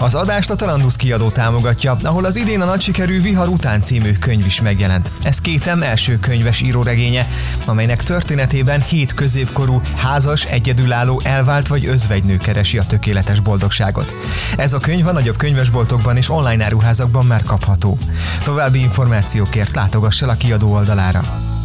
Az adást a Talandusz kiadó támogatja, ahol az idén a nagy sikerű Vihar után című könyv is megjelent. Ez Kétem első könyves íróregénye, amelynek történetében 7 középkorú, házas, egyedülálló, elvált vagy özvegynő keresi a tökéletes boldogságot. Ez a könyv a nagyobb könyvesboltokban és online áruházakban már kapható. További információkért látogass el a kiadó oldalára.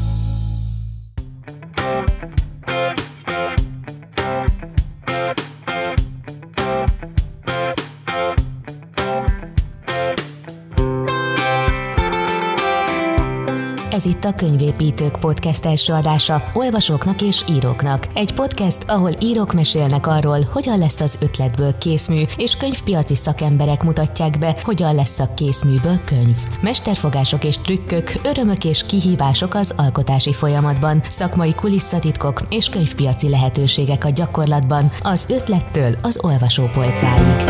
Ez itt a Könyvépítők podcast első adása olvasóknak és íróknak. Egy podcast, ahol írók mesélnek arról, hogyan lesz az ötletből készmű, és könyvpiaci szakemberek mutatják be, hogyan lesz a készműből könyv. Mesterfogások és trükkök, örömök és kihívások az alkotási folyamatban, szakmai kulisszatitkok és könyvpiaci lehetőségek a gyakorlatban, az ötlettől az olvasópolcáig.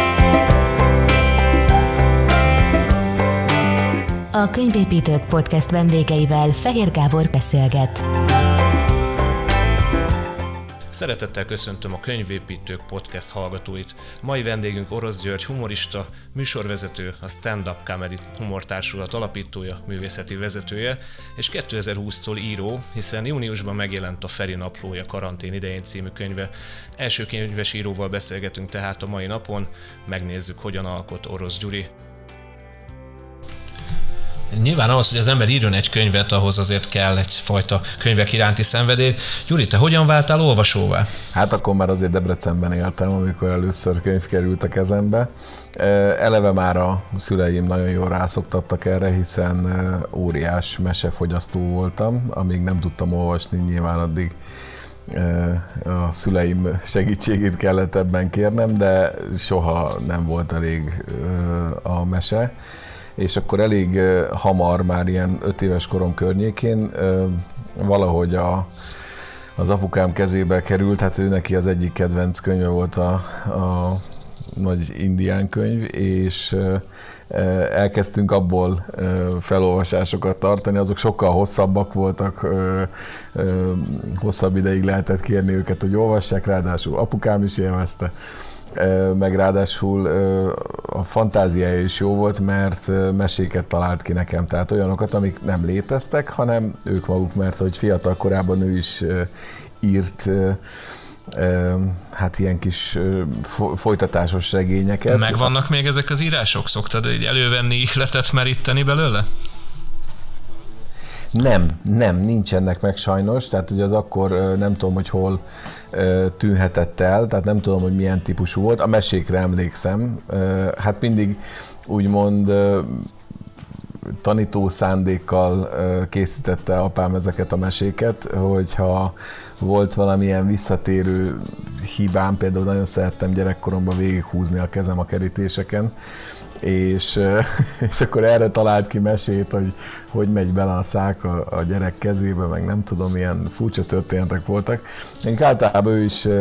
A Könyvépítők podcast vendégeivel Fehér Gábor beszélget. Szeretettel köszöntöm a Könyvépítők podcast hallgatóit. Mai vendégünk Orosz György humorista, műsorvezető, a Stand Up Comedy humortársulat alapítója, művészeti vezetője, és 2020-tól író, hiszen júniusban megjelent a Feri naplója karantén idején című könyve. Első könyves íróval beszélgetünk tehát a mai napon, megnézzük, hogyan alkot Orosz Gyuri. Nyilván ahhoz, hogy az ember írjon egy könyvet, ahhoz azért kell egyfajta könyvek iránti szenvedély. Gyuri, te hogyan váltál olvasóvá? Hát akkor már azért Debrecenben éltem, amikor először könyv került a kezembe. Eleve már a szüleim nagyon jól rászoktattak erre, hiszen óriás mesefogyasztó voltam, amíg nem tudtam olvasni, nyilván addig a szüleim segítségét kellett ebben kérnem, de soha nem volt elég a mese. És akkor elég hamar, már ilyen 5 éves korom környékén valahogy az apukám kezébe került, hát ő neki az egyik kedvenc könyve volt a nagy indián könyv, és elkezdtünk abból felolvasásokat tartani, azok sokkal hosszabbak voltak, hosszabb ideig lehetett kérni őket, hogy olvassák, ráadásul apukám is élvezte. Meg ráadásul a fantáziája is jó volt, mert meséket talált ki nekem, tehát olyanokat, amik nem léteztek, hanem ők maguk, mert hogy fiatal korában ő is írt hát ilyen kis folytatásos regényeket. Megvannak még ezek az írások? Szoktad így elővenni, ihletet meríteni belőle? Nem, nincsenek meg sajnos, tehát ugye az akkor nem tudom, hogy hol tűnhetett el, tehát nem tudom, hogy milyen típusú volt. A mesékre emlékszem, hát mindig úgymond tanító szándékkal készítette apám ezeket a meséket, hogyha volt valamilyen visszatérő hibám, például nagyon szerettem gyerekkoromban végighúzni a kezem a kerítéseken, és akkor erre talált ki mesét, hogy megy bele a szák a gyerek kezébe, meg nem tudom, ilyen furcsa történetek voltak. Általában ő is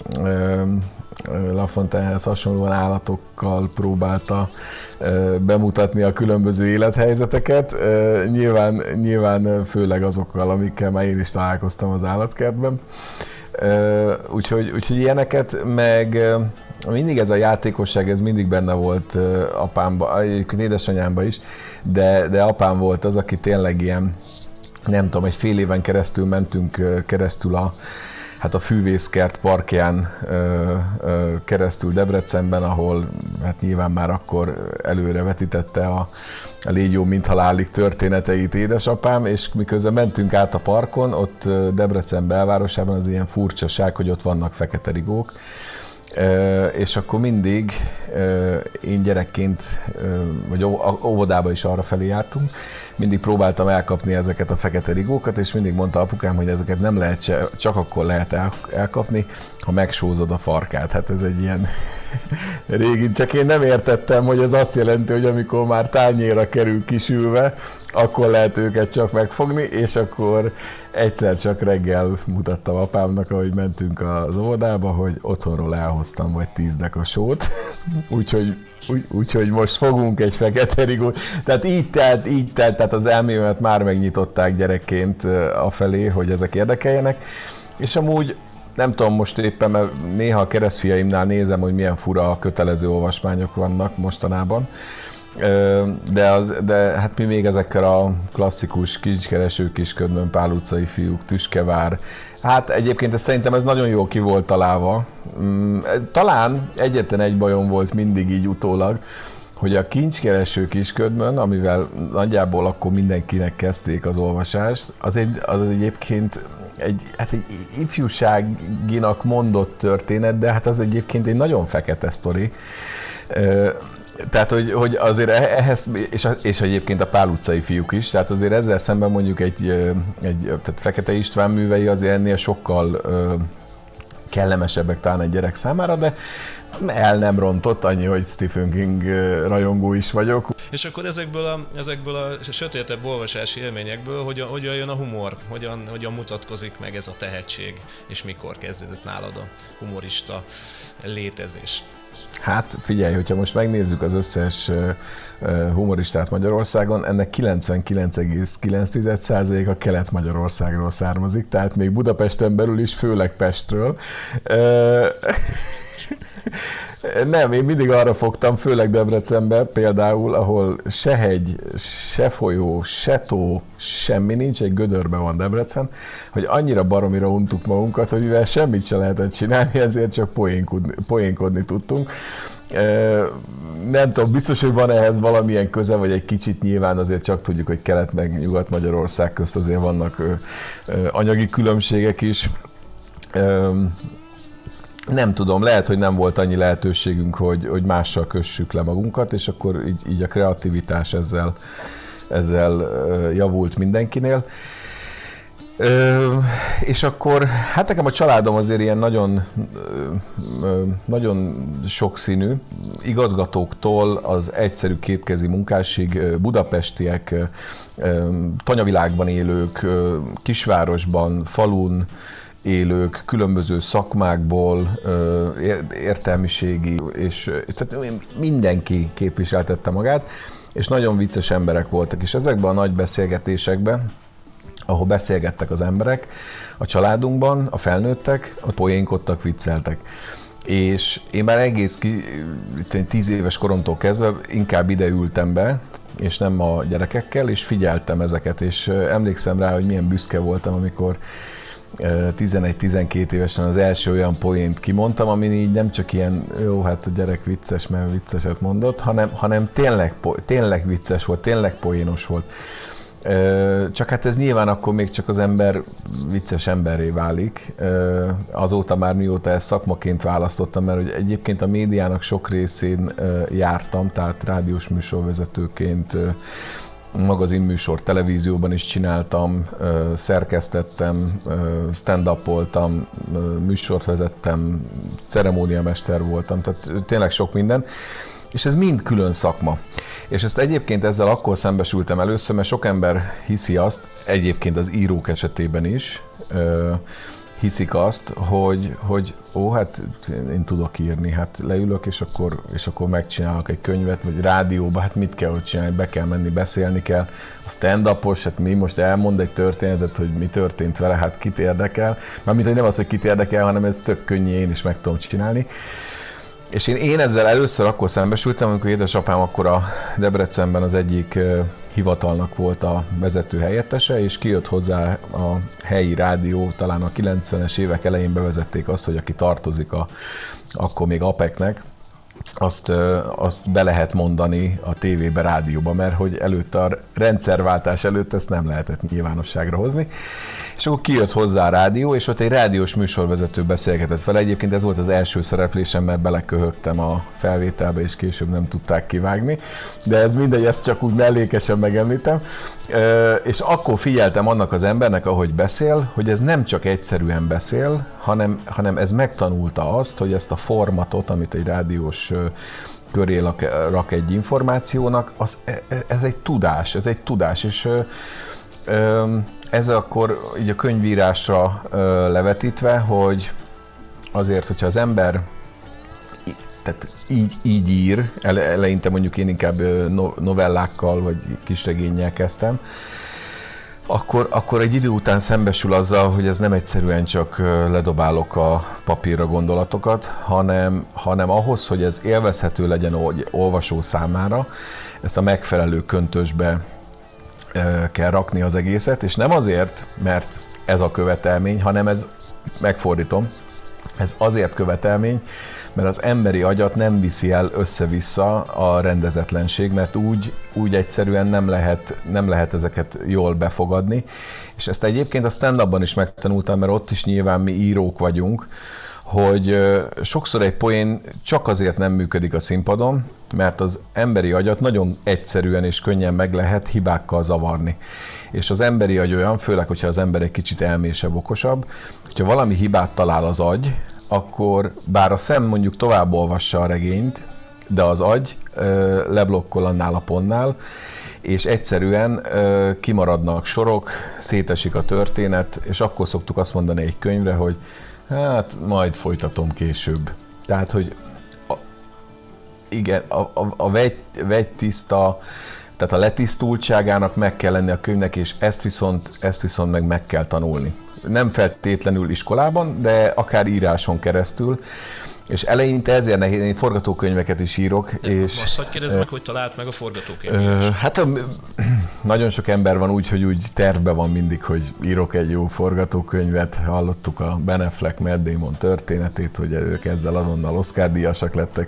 La Fontainehez hasonlóan állatokkal próbálta bemutatni a különböző élethelyzeteket. Nyilván főleg azokkal, amikkel már én is találkoztam az állatkertben. Úgyhogy ilyeneket, meg mindig ez a játékosság, ez mindig benne volt apámban, egyébként édesanyámban is, de apám volt az, aki tényleg ilyen, nem tudom, egy fél éven keresztül mentünk keresztül a Fűvészkert parkján keresztül Debrecenben, ahol hát nyilván már akkor előre vetítette a Légy jó, mint halálig történeteit édesapám, és miközben mentünk át a parkon, ott Debrecen belvárosában az ilyen furcsaság, hogy ott vannak fekete rigók, és akkor mindig én gyerekként, vagy óvodába is arra felé jártunk, mindig próbáltam elkapni ezeket a fekete rigókat, és mindig mondta apukám, hogy ezeket nem lehet, csak akkor lehet elkapni, ha megsózod a farkát. Hát ez egy ilyen régi, csak én nem értettem, hogy ez azt jelenti, hogy amikor már tányérra kerül kisülve, akkor lehet őket csak megfogni, és akkor egyszer csak reggel mutattam apámnak, ahogy mentünk az óvodába, hogy otthonról elhoztam vagy 10 deka sót, úgyhogy most fogunk egy fekete rigót. Tehát így telt, tehát az elmémet már megnyitották gyerekként afelé, hogy ezek érdekeljenek, és amúgy Nem tudom most éppen, mert néha a keresztfiaimnál nézem, hogy milyen fura kötelező olvasmányok vannak mostanában. De hát mi még ezekkel a klasszikus kincskereső kisködmön, Pál utcai fiúk, Tüskevár. Hát egyébként szerintem ez nagyon jól ki volt találva. Talán egyetlen egy bajom volt mindig így utólag, hogy a kincskereső kisködmön, amivel nagyjából akkor mindenkinek kezdték az olvasást, az egyébként egy ifjúságinak mondott történet, de hát az egyébként egy nagyon fekete sztori. Tehát, hogy azért ehhez, és egyébként a Pál utcai fiúk is, tehát azért ezzel szemben mondjuk tehát Fekete István művei azért ennél sokkal kellemesebbek talán egy gyerek számára, de el nem rontott, annyi, hogy Stephen King rajongó is vagyok. És akkor ezekből a sötétebb olvasási élményekből hogyan jön a humor? Hogyan mutatkozik meg ez a tehetség? És mikor kezdődött nálad a humorista létezés? Hát figyelj, hogyha most megnézzük az összes humoristát Magyarországon, ennek 99,9%-a Kelet-Magyarországról származik, tehát még Budapesten belül is, főleg Pestről. Nem, én mindig arra fogtam, főleg Debrecenben például, ahol se hegy, se folyó, se tó, semmi nincs, egy gödörben van Debrecen, hogy annyira baromira untuk magunkat, hogy mivel semmit se lehetett csinálni, ezért csak poénkodni tudtunk. Nem tudom, biztos, hogy van ehhez valamilyen köze, vagy egy kicsit nyilván azért csak tudjuk, hogy Kelet meg Nyugat-Magyarország közt azért vannak anyagi különbségek is. Nem tudom, lehet, hogy nem volt annyi lehetőségünk, hogy mással kössük le magunkat, és akkor így a kreativitás ezzel javult mindenkinél. És akkor, hát nekem a családom azért ilyen nagyon, nagyon sokszínű, igazgatóktól az egyszerű kétkezi munkásig, budapestiek, tanyavilágban élők, kisvárosban, falun élők, különböző szakmákból, értelmiségi, és tehát mindenki képviseltette magát, és nagyon vicces emberek voltak, és ezekben a nagy beszélgetésekben, ahol beszélgettek az emberek, a családunkban, a felnőttek, a poénkodtak, vicceltek. És én már egész 10 éves koromtól kezdve inkább ide ültem be, és nem a gyerekekkel, és figyeltem ezeket, és emlékszem rá, hogy milyen büszke voltam, amikor 11-12 évesen az első olyan poént kimondtam, amin így nem csak ilyen, jó, hát a gyerek vicces, mert vicceset mondott, hanem tényleg vicces volt, tényleg poénos volt. Csak hát ez nyilván akkor még csak az ember vicces emberré válik. Azóta már mióta ezt szakmaként választottam, mert hogy egyébként a médiának sok részén jártam, tehát rádiós műsorvezetőként, magazinműsor televízióban is csináltam, szerkesztettem, stand-upoltam, műsort vezettem, ceremóniamester voltam, tehát tényleg sok minden. És ez mind külön szakma. És ezt egyébként ezzel akkor szembesültem először, mert sok ember hiszi azt, egyébként az írók esetében is, hiszik azt, hogy hát én tudok írni, hát leülök, és akkor megcsinálok egy könyvet, vagy rádióba, hát mit kell ott csinálni, be kell menni, beszélni kell. A stand-upos, hát mi most elmond egy történetet, hogy mi történt vele, hát kit érdekel. Mármint, hogy nem az, hogy kit érdekel, hanem ez tök könnyű, én is meg tudom csinálni. És én ezzel először akkor szembesültem, amikor édesapám akkor a Debrecenben az egyik hivatalnak volt a vezető helyettese, és kijött hozzá a helyi rádió, talán a 90-es évek elején bevezették azt, hogy aki tartozik akkor még APEC-nek, azt be lehet mondani a tévébe, rádióba, mert hogy előtte a rendszerváltás előtt ezt nem lehetett nyilvánosságra hozni. És akkor kijött hozzá a rádió, és ott egy rádiós műsorvezető beszélgetett vele. Egyébként ez volt az első szereplésem, mert beleköhögtem a felvételbe, és később nem tudták kivágni. De ez mindegy, ezt csak úgy mellékesen megemlítem. És akkor figyeltem annak az embernek, ahogy beszél, hogy ez nem csak egyszerűen beszél, hanem ez megtanulta azt, hogy ezt a formatot, amit egy rádiós köré rak egy információnak, ez egy tudás, és ez akkor így a könyvírásra levetítve, hogy azért, hogyha az ember tehát így ír, eleinte mondjuk én inkább novellákkal vagy kisregénnyel kezdtem, akkor egy idő után szembesül azzal, hogy ez nem egyszerűen csak ledobálok a papírra gondolatokat, hanem ahhoz, hogy ez élvezhető legyen olvasó számára, ezt a megfelelő köntösbe kell rakni az egészet, és nem azért, mert ez a követelmény, hanem ez, megfordítom, ez azért követelmény, mert az emberi agyat nem viszi el össze-vissza a rendezetlenség, mert úgy egyszerűen nem lehet ezeket jól befogadni. És ezt egyébként a stand-upban is megtanultam, mert ott is nyilván mi írók vagyunk, hogy sokszor egy poén csak azért nem működik a színpadon, mert az emberi agyat nagyon egyszerűen és könnyen meg lehet hibákkal zavarni. És az emberi agy olyan, főleg, hogyha az ember egy kicsit elmésebb, okosabb, hogyha valami hibát talál az agy, akkor bár a szem mondjuk tovább olvassa a regényt, de az agy leblokkol annál a pontnál, és egyszerűen kimaradnak sorok, szétesik a történet, és akkor szoktuk azt mondani egy könyvre, hogy hát majd folytatom később. Tehát, hogy igen, a vegy tiszta, tehát a letisztultságának meg kell lenni a könyvnek, és ezt viszont meg kell tanulni. Nem feltétlenül iskolában, de akár íráson keresztül. És eleinte ezért nehéz, én forgatókönyveket is írok. És most hogy kérdezz meg, hogy talált meg a forgatókönyvet? Hát nagyon sok ember van úgy, hogy úgy tervben van mindig, hogy írok egy jó forgatókönyvet. Hallottuk a Ben Affleck, Matt Damon történetét, hogy ők ezzel azonnal Oscar-díjasak lettek,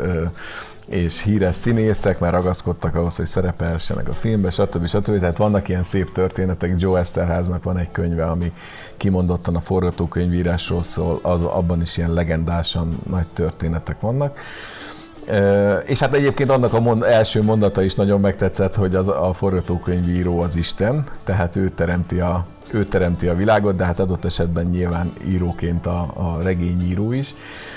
és híres színészek, már ragaszkodtak ahhoz, hogy szerepelhessenek a filmbe, stb. Tehát vannak ilyen szép történetek. Joe Eszterháznak van egy könyve, ami kimondottan a forgatókönyvírásról szól, abban is ilyen legendásan nagy történetek vannak. És hát egyébként annak a első mondata is nagyon megtetszett, hogy a forgatókönyvíró az Isten, tehát ő teremti a világot, de hát adott esetben nyilván íróként a regényíró is.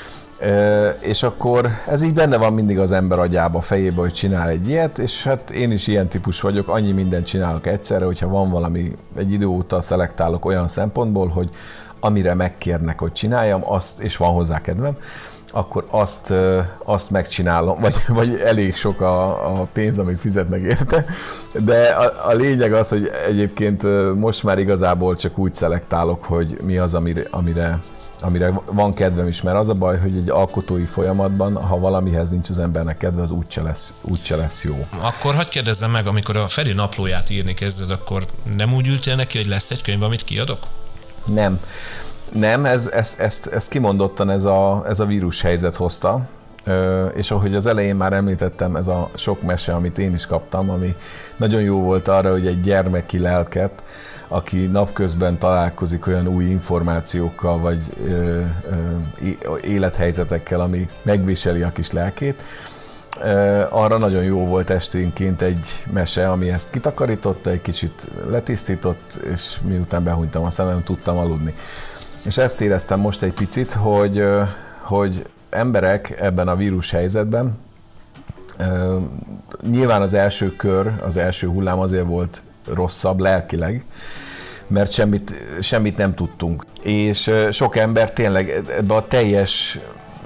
És akkor ez így benne van mindig az ember agyába, fejébe, hogy csinál egy ilyet, és hát én is ilyen típus vagyok, annyi mindent csinálok egyszerre, hogyha van valami, egy idő óta szelektálok olyan szempontból, hogy amire megkérnek, hogy csináljam, és van hozzá kedvem, akkor azt megcsinálom, vagy elég sok a pénz, amit fizetnek érte, de a lényeg az, hogy egyébként most már igazából csak úgy szelektálok, hogy mi az, amire van kedvem is, mert az a baj, hogy egy alkotói folyamatban, ha valamihez nincs az embernek kedve, az úgyse lesz jó. Akkor hadd kérdezzem meg, amikor a Feri naplóját írni kezded, akkor nem úgy ültél neki, hogy lesz egy könyv, amit kiadok? Nem, ezt kimondottan ez a vírushelyzet hozta, és ahogy az elején már említettem, ez a sok mese, amit én is kaptam, ami nagyon jó volt arra, hogy egy gyermeki lelket, aki napközben találkozik olyan új információkkal, vagy élethelyzetekkel, ami megviseli a kis lelkét. Arra nagyon jó volt esténként egy mese, ami ezt kitakarította, egy kicsit letisztított, és miután behunytam a szemem, tudtam aludni. És ezt éreztem most egy picit, hogy emberek ebben a vírushelyzetben, nyilván az első kör, az első hullám azért volt rosszabb lelkileg, mert semmit nem tudtunk. És sok ember tényleg ebbe a teljes,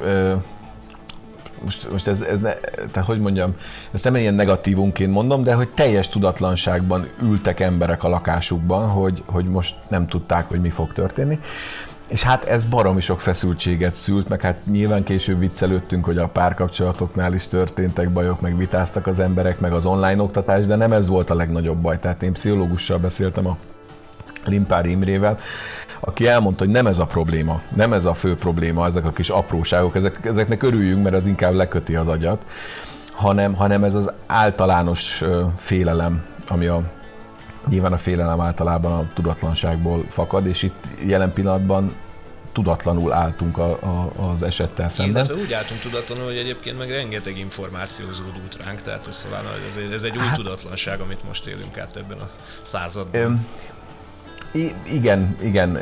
most tehát hogy mondjam, ezt nem ilyen negatívunként mondom, de hogy teljes tudatlanságban ültek emberek a lakásukban, hogy most nem tudták, hogy mi fog történni. És hát ez baromi sok feszültséget szült, meg hát nyilván később viccelődtünk, hogy a párkapcsolatoknál is történtek bajok, meg vitáztak az emberek, meg az online oktatás, de nem ez volt a legnagyobb baj. Tehát én pszichológussal beszéltem, a Limpári Imrével, aki elmondta, hogy nem ez a probléma, nem ez a fő probléma, ezek a kis apróságok, ezeknek örüljünk, mert az inkább leköti az agyat, hanem ez az általános félelem, ami nyilván a félelem általában a tudatlanságból fakad, és itt jelen pillanatban tudatlanul álltunk az esettel szemben. Illetve úgy álltunk tudatlanul, hogy egyébként meg rengeteg információ zúdult ránk, tehát ez egy új tudatlanság, amit most élünk át ebben a században. Igen,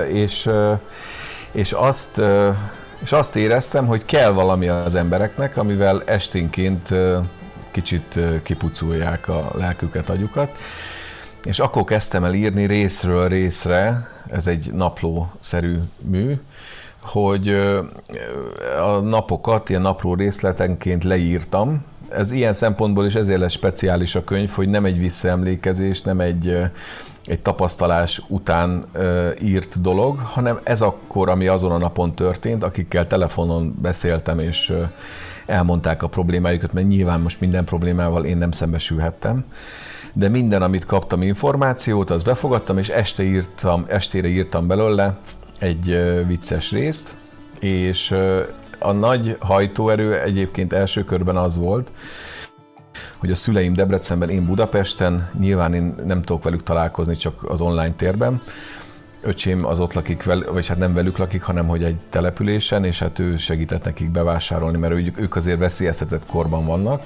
és azt éreztem, hogy kell valami az embereknek, amivel esténként kicsit kipucolják a lelküket, agyukat, és akkor kezdtem el írni részről részre, ez egy naplószerű mű, hogy a napokat ilyen napló részletenként leírtam, ez ilyen szempontból is ezért lesz speciális a könyv, hogy nem egy visszaemlékezés, nem egy tapasztalás után írt dolog, hanem ez akkor, ami azon a napon történt, akikkel telefonon beszéltem, és elmondták a problémájukat, mert nyilván most minden problémával én nem szembesülhettem, de minden, amit kaptam információt, azt befogadtam, és estére írtam belőle egy vicces részt, és a nagy hajtóerő egyébként első körben az volt, hogy a szüleim Debrecenben, én Budapesten, nyilván én nem tudok velük találkozni, csak az online térben. Öcsém az ott lakik, vagy hát nem velük lakik, hanem hogy egy településen, és hát ő segített nekik bevásárolni, mert ők azért veszélyeztetett korban vannak.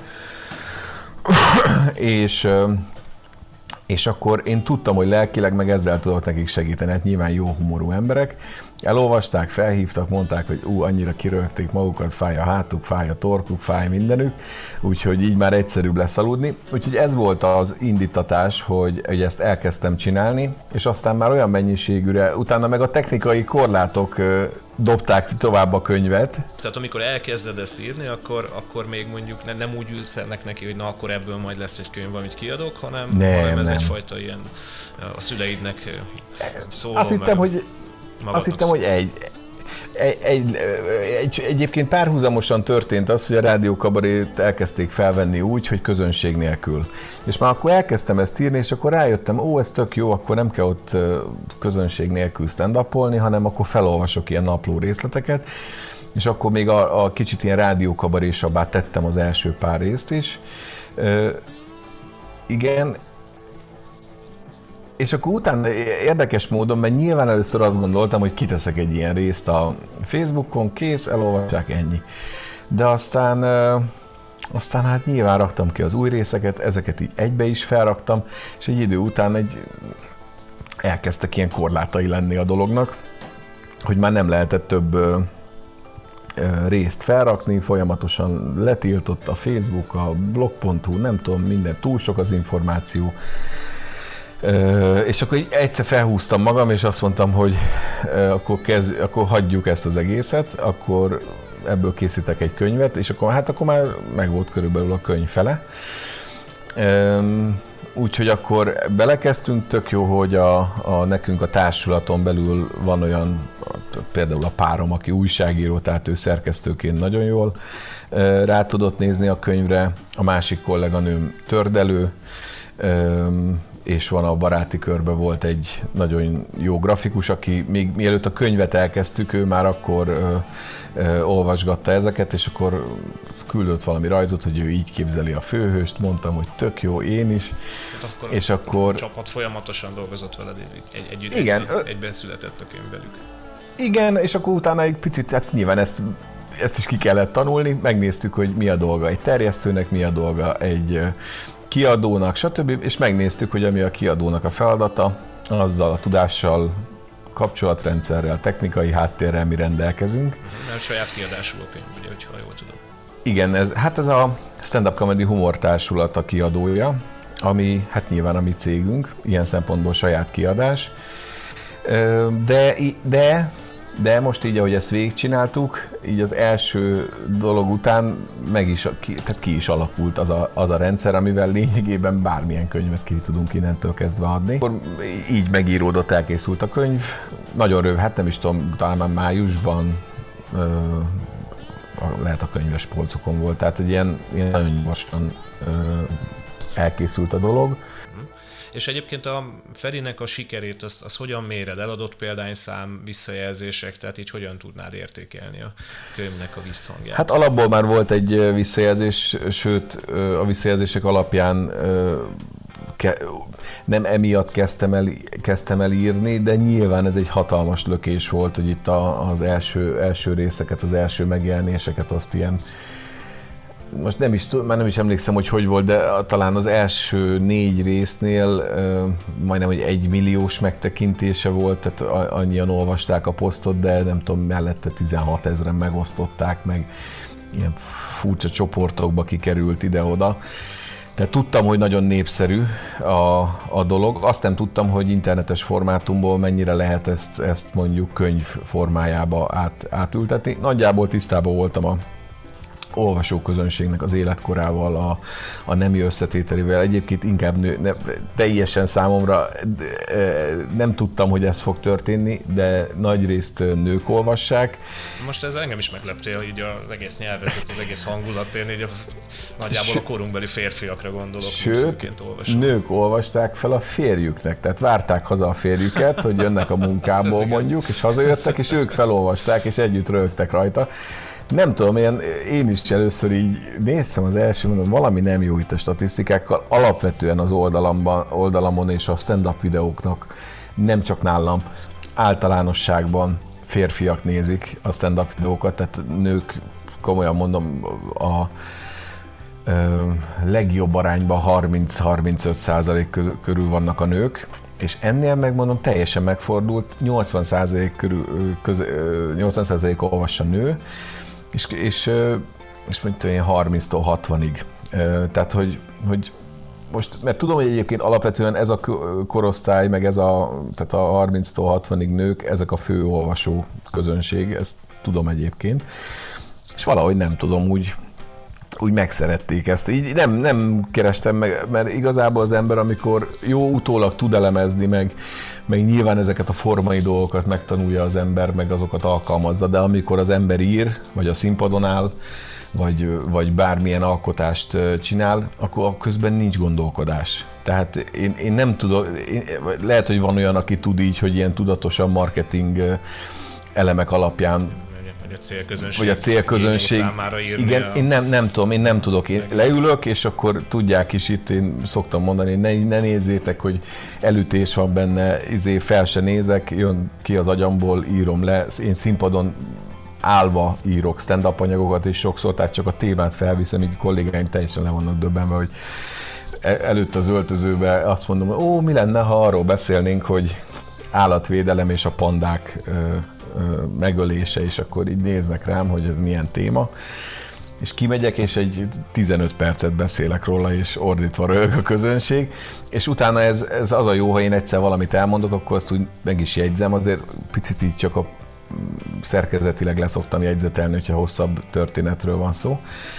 És akkor én tudtam, hogy lelkileg meg ezzel tudok nekik segíteni, hát nyilván jó humorú emberek. Elolvasták, felhívtak, mondták, hogy annyira kirögték magukat, fáj a hátuk, fáj a torkuk, fáj mindenük, úgyhogy így már egyszerűbb lesz aludni. Úgyhogy ez volt az indítatás, hogy ezt elkezdtem csinálni, és aztán már olyan mennyiségűre, utána meg a technikai korlátok dobták tovább a könyvet. Tehát amikor elkezded ezt írni, akkor még mondjuk nem úgy ülsz neki, hogy na akkor ebből majd lesz egy könyv, amit kiadok, hanem ez egyfajta ilyen a szüleidnek szóló. Azt hittem, hogy egyébként párhuzamosan történt az, hogy a Rádió Kabarét elkezdték felvenni úgy, hogy közönség nélkül. És már akkor elkezdtem ezt írni, és akkor rájöttem, ez tök jó, akkor nem kell ott közönség nélkül stand-upolni, hanem akkor felolvasok ilyen napló részleteket, és akkor még a kicsit ilyen rádiókabarésabbá tettem az első pár részt is. Igen, és akkor utána érdekes módon, mert nyilván először azt gondoltam, hogy kiteszek egy ilyen részt a Facebookon, kész, elolvassák, ennyi. De aztán hát nyilván raktam ki az új részeket, ezeket így egybe is felraktam, és egy idő után elkezdtek ilyen korlátai lenni a dolognak, hogy már nem lehetett több részt felrakni, folyamatosan letiltott a Facebook, a blog.hu, nem tudom, minden, túl sok az információ. És akkor így egyszer felhúztam magam, és azt mondtam, hogy akkor hagyjuk ezt az egészet, akkor ebből készítek egy könyvet, és akkor már meg volt körülbelül a könyv fele. Úgyhogy akkor belekezdtünk, tök jó, hogy nekünk a társulaton belül van olyan, például a párom, aki újságíró, tehát ő szerkesztőként nagyon jól rá tudott nézni a könyvre, a másik kolléganőm tördelő, és van a baráti körben volt egy nagyon jó grafikus, aki még mielőtt a könyvet elkezdtük, ő már akkor olvasgatta ezeket, és akkor küldött valami rajzot, hogy ő így képzeli a főhőst, mondtam, hogy tök jó, én is. És akkor... A csapat folyamatosan dolgozott veled, együtt egyben született a könyv velük. Igen, és akkor utána egy picit, hát nyilván ezt is ki kellett tanulni, megnéztük, hogy mi a dolga egy terjesztőnek, mi a dolga egy kiadónak, stb. És megnéztük, hogy ami a kiadónak a feladata, azzal a tudással, kapcsolatrendszerrel, technikai háttérrel mi rendelkezünk. Mert saját kiadású a könyv, ugye, hogyha jól tudom. Igen, ez a Stand-up Comedy Humortársulat a kiadója, ami hát nyilván a mi cégünk, ilyen szempontból saját kiadás. De most így, ahogy ezt végigcsináltuk, így az első dolog után ki is alakult az a rendszer, amivel lényegében bármilyen könyvet ki tudunk innentől kezdve adni. Akkor így megíródott, elkészült a könyv. Nagyon rövid, hát nem is tudom, talán már májusban lehet a könyves polcokon volt, tehát egy ilyen nagyon gyorsan elkészült a dolog. És egyébként a Ferinek a sikerét, azt hogyan méred? Eladott példányszám, visszajelzések, tehát így hogyan tudnád értékelni a könyvnek a visszhangját? Hát alapból már volt egy visszajelzés, sőt a visszajelzések alapján nem emiatt kezdtem el írni, de nyilván ez egy hatalmas lökés volt, hogy itt az első részeket, az első megjelenéseket azt ilyen, most már nem is emlékszem, hogy volt, de talán az első 4 résznél majdnem, hogy 1 milliós megtekintése volt, tehát annyian olvasták a posztot, de nem tudom, mellette 16 000-en megosztották, meg ilyen furcsa csoportokba kikerült ide-oda. Tehát tudtam, hogy nagyon népszerű a dolog. Azt nem tudtam, hogy internetes formátumból mennyire lehet ezt mondjuk könyv formájába átültetni. Nagyjából tisztában voltam olvasóközönségnek az életkorával, a nemi összetételével. Egyébként inkább teljesen számomra nem tudtam, hogy ez fog történni, de nagyrészt nők olvassák. Most ez engem is megleptél, így az egész nyelvezet, az egész hangulatén, így nagyjából a korunkbeli férfiakra gondolok. Sőt, nők olvasták fel a férjüknek, tehát várták haza a férjüket, hogy jönnek a munkából mondjuk, és hazajöttek, és ők felolvasták, és együtt röhögtek rajta. Nem tudom, én is először így néztem az első, mondom, valami nem jó itt a statisztikákkal. Alapvetően az oldalamon és a stand-up videóknak, nem csak nálam, általánosságban férfiak nézik a stand-up videókat, tehát nők, komolyan mondom, a legjobb arányban 30-35% körül vannak a nők, és ennél megmondom, teljesen megfordult, 80% körül, 80% olvassa nő, és mondjuk én 30-tól 60-ig. Tehát, hogy most, mert tudom, hogy egyébként alapvetően ez a korosztály, meg tehát a 30-tól 60-ig nők, ezek a fő olvasó közönség, ezt tudom egyébként. És valahogy nem tudom, úgy megszerették ezt. Így nem kerestem meg, mert igazából az ember, amikor jó utólag tud elemezni, meg nyilván ezeket a formai dolgokat megtanulja az ember, meg azokat alkalmazza, de amikor az ember ír, vagy a színpadon áll, vagy bármilyen alkotást csinál, akkor közben nincs gondolkodás. Tehát én nem tudok, lehet, hogy van olyan, aki tud így, hogy ilyen tudatosan marketing elemek alapján vagy a célközönség számára írni. Igen, én nem tudom, én nem tudok. Én leülök, és akkor tudják is itt, én szoktam mondani, ne nézzétek, hogy elütés van benne, fel se nézek, jön ki az agyamból, írom le. Én színpadon állva írok stand-up anyagokat, és sokszor, tehát csak a témát felviszem, így kollégáim teljesen le vannak döbbenve, hogy előtt az öltözőbe azt mondom, hogy mi lenne, ha arról beszélnénk, hogy állatvédelem és a pandák megölése, és akkor így néznek rám, hogy ez milyen téma. És kimegyek, és egy 15 percet beszélek róla, és ordítva röhög a közönség, és utána ez az a jó, ha én egyszer valamit elmondok, akkor azt úgy meg is jegyzem, azért picit így csak a szerkezetileg leszoktam jegyzetelni, hogyha hosszabb történetről van szó.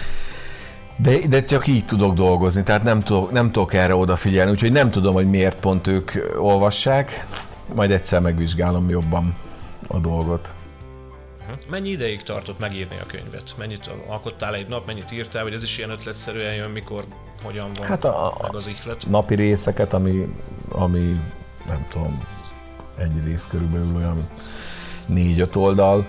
De csak így tudok dolgozni, tehát nem tudok erre odafigyelni, úgyhogy nem tudom, hogy miért pont ők olvassák, majd egyszer megvizsgálom jobban a dolgot. Mennyi ideig tartott megírni a könyvet? Mennyit alkottál egy nap, mennyit írtál, vagy ez is ilyen ötletszerűen jön, mikor, hogyan van meg az ihlet? Napi részeket, ami nem tudom, egy rész körülbelül olyan 4-5 oldal.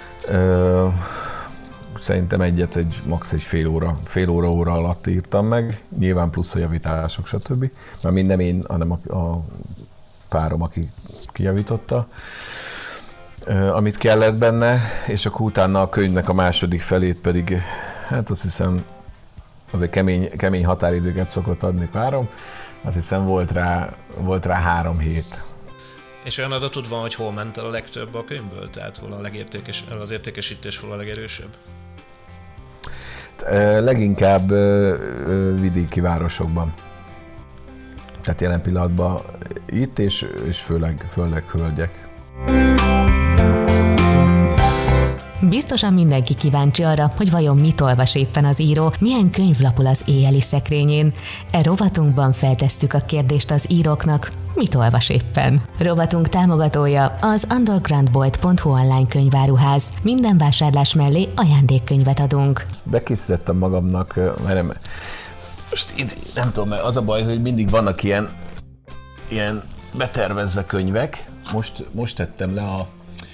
Szerintem max. Egy fél óra alatt írtam meg, nyilván plusz a javítások, stb. Mert mind nem én, hanem a párom, aki kijavította, amit kellett benne, és akkor utána a könyvnek a második felét pedig, hát azt hiszem, azért kemény határidőket szokott adni párom, azt hiszem volt rá 3 hét. És olyan adatod van, hogy hol ment el a legtöbb a könyvből? Tehát hol az értékesítés hol a legerősebb? Leginkább vidéki városokban. Tehát jelen pillanatban itt, és főleg hölgyek. Biztosan mindenki kíváncsi arra, hogy vajon mit olvas éppen az író, milyen könyv lapul az éjjeli szekrényén. Rovatunkban feltesszük a kérdést az íróknak, mit olvas éppen. Rovatunk támogatója az undergroundbolt.hu online könyváruház. Minden vásárlás mellé ajándékkönyvet adunk. Bekészítettem magamnak, most nem tudom, mert az a baj, hogy mindig vannak ilyen betervezve könyvek. Most tettem le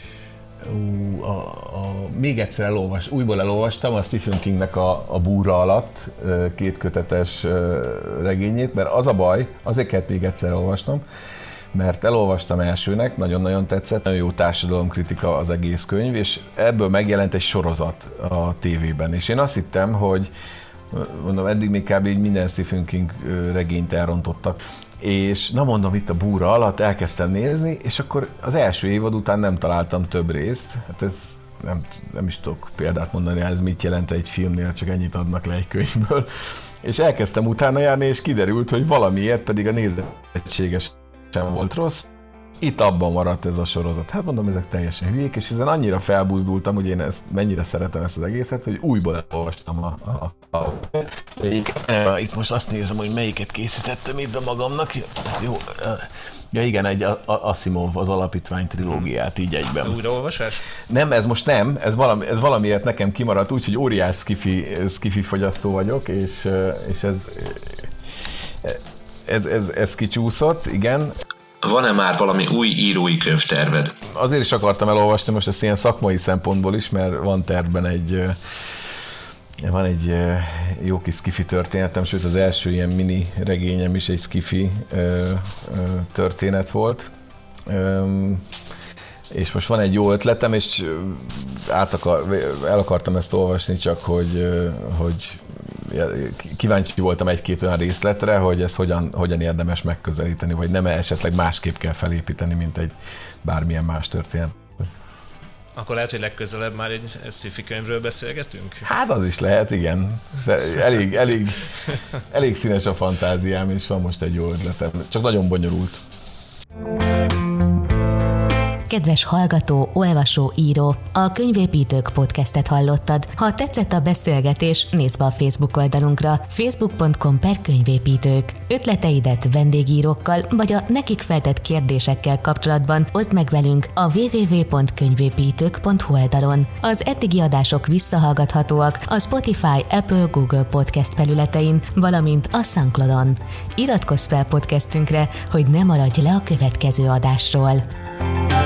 még egyszer újból elolvastam a Stephen Kingnek a Búra alatt 2 kötetes regényét, mert az a baj, azért kellett még egyszer olvasnom, mert elolvastam elsőnek, nagyon-nagyon tetszett, nagyon jó társadalomkritika az egész könyv, és ebből megjelent egy sorozat a tévében, és én azt hittem, hogy mondom, eddig még kb. Minden Stephen King regényt elrontottak, és mondom, itt a Búra alatt elkezdtem nézni, és akkor az első évad után nem találtam több részt. Hát ez nem is tudok példát mondani, ez mit jelent egy filmnél, csak ennyit adnak le egy könyvből. És elkezdtem utána járni, és kiderült, hogy valamiért pedig a nézettsége sem volt rossz, itt abban maradt ez a sorozat. Hát mondom, ezek teljesen hülyék, és ezen annyira felbuzdultam, hogy én mennyire szeretem ezt az egészet, hogy újból olvastam itt most azt nézem, hogy melyiket készítettem itt be magamnak. Ez jó. Ja igen, egy Asimov, az Alapítvány trilógiát így egyben. Újraolvasás? Nem, ez most nem, ez valamiért nekem kimaradt úgy, hogy óriás skifi fogyasztó vagyok, és ez kicsúszott, igen. Van-e már valami új írói könyvterved? Azért is akartam elolvasni most ezt ilyen szakmai szempontból is, mert van tervben egy jó kis skifi történetem, sőt az első ilyen mini regényem is egy skifi történet volt. És most van egy jó ötletem, és el akartam ezt olvasni, csak hogy kíváncsi voltam egy-két olyan részletre, hogy ezt hogyan érdemes megközelíteni, vagy nem esetleg másképp kell felépíteni, mint egy bármilyen más történet. Akkor lehet, hogy legközelebb már egy sci-fi könyvről beszélgetünk? Hát az is lehet, igen. Elég színes a fantáziám, és van most egy jó ötletem. Csak nagyon bonyolult. Kedves hallgató, olvasó, író, a Könyvépítők podcastet hallottad. Ha tetszett a beszélgetés, nézz be a Facebook oldalunkra, facebook.com/könyvépítők. Ötleteidet vendégírókkal vagy a nekik feltett kérdésekkel kapcsolatban oszd meg velünk a www.könyvépítők.hu oldalon. Az eddigi adások visszahallgathatóak a Spotify, Apple, Google Podcast felületein, valamint a SoundCloudon. Iratkozz fel podcastünkre, hogy ne maradj le a következő adásról.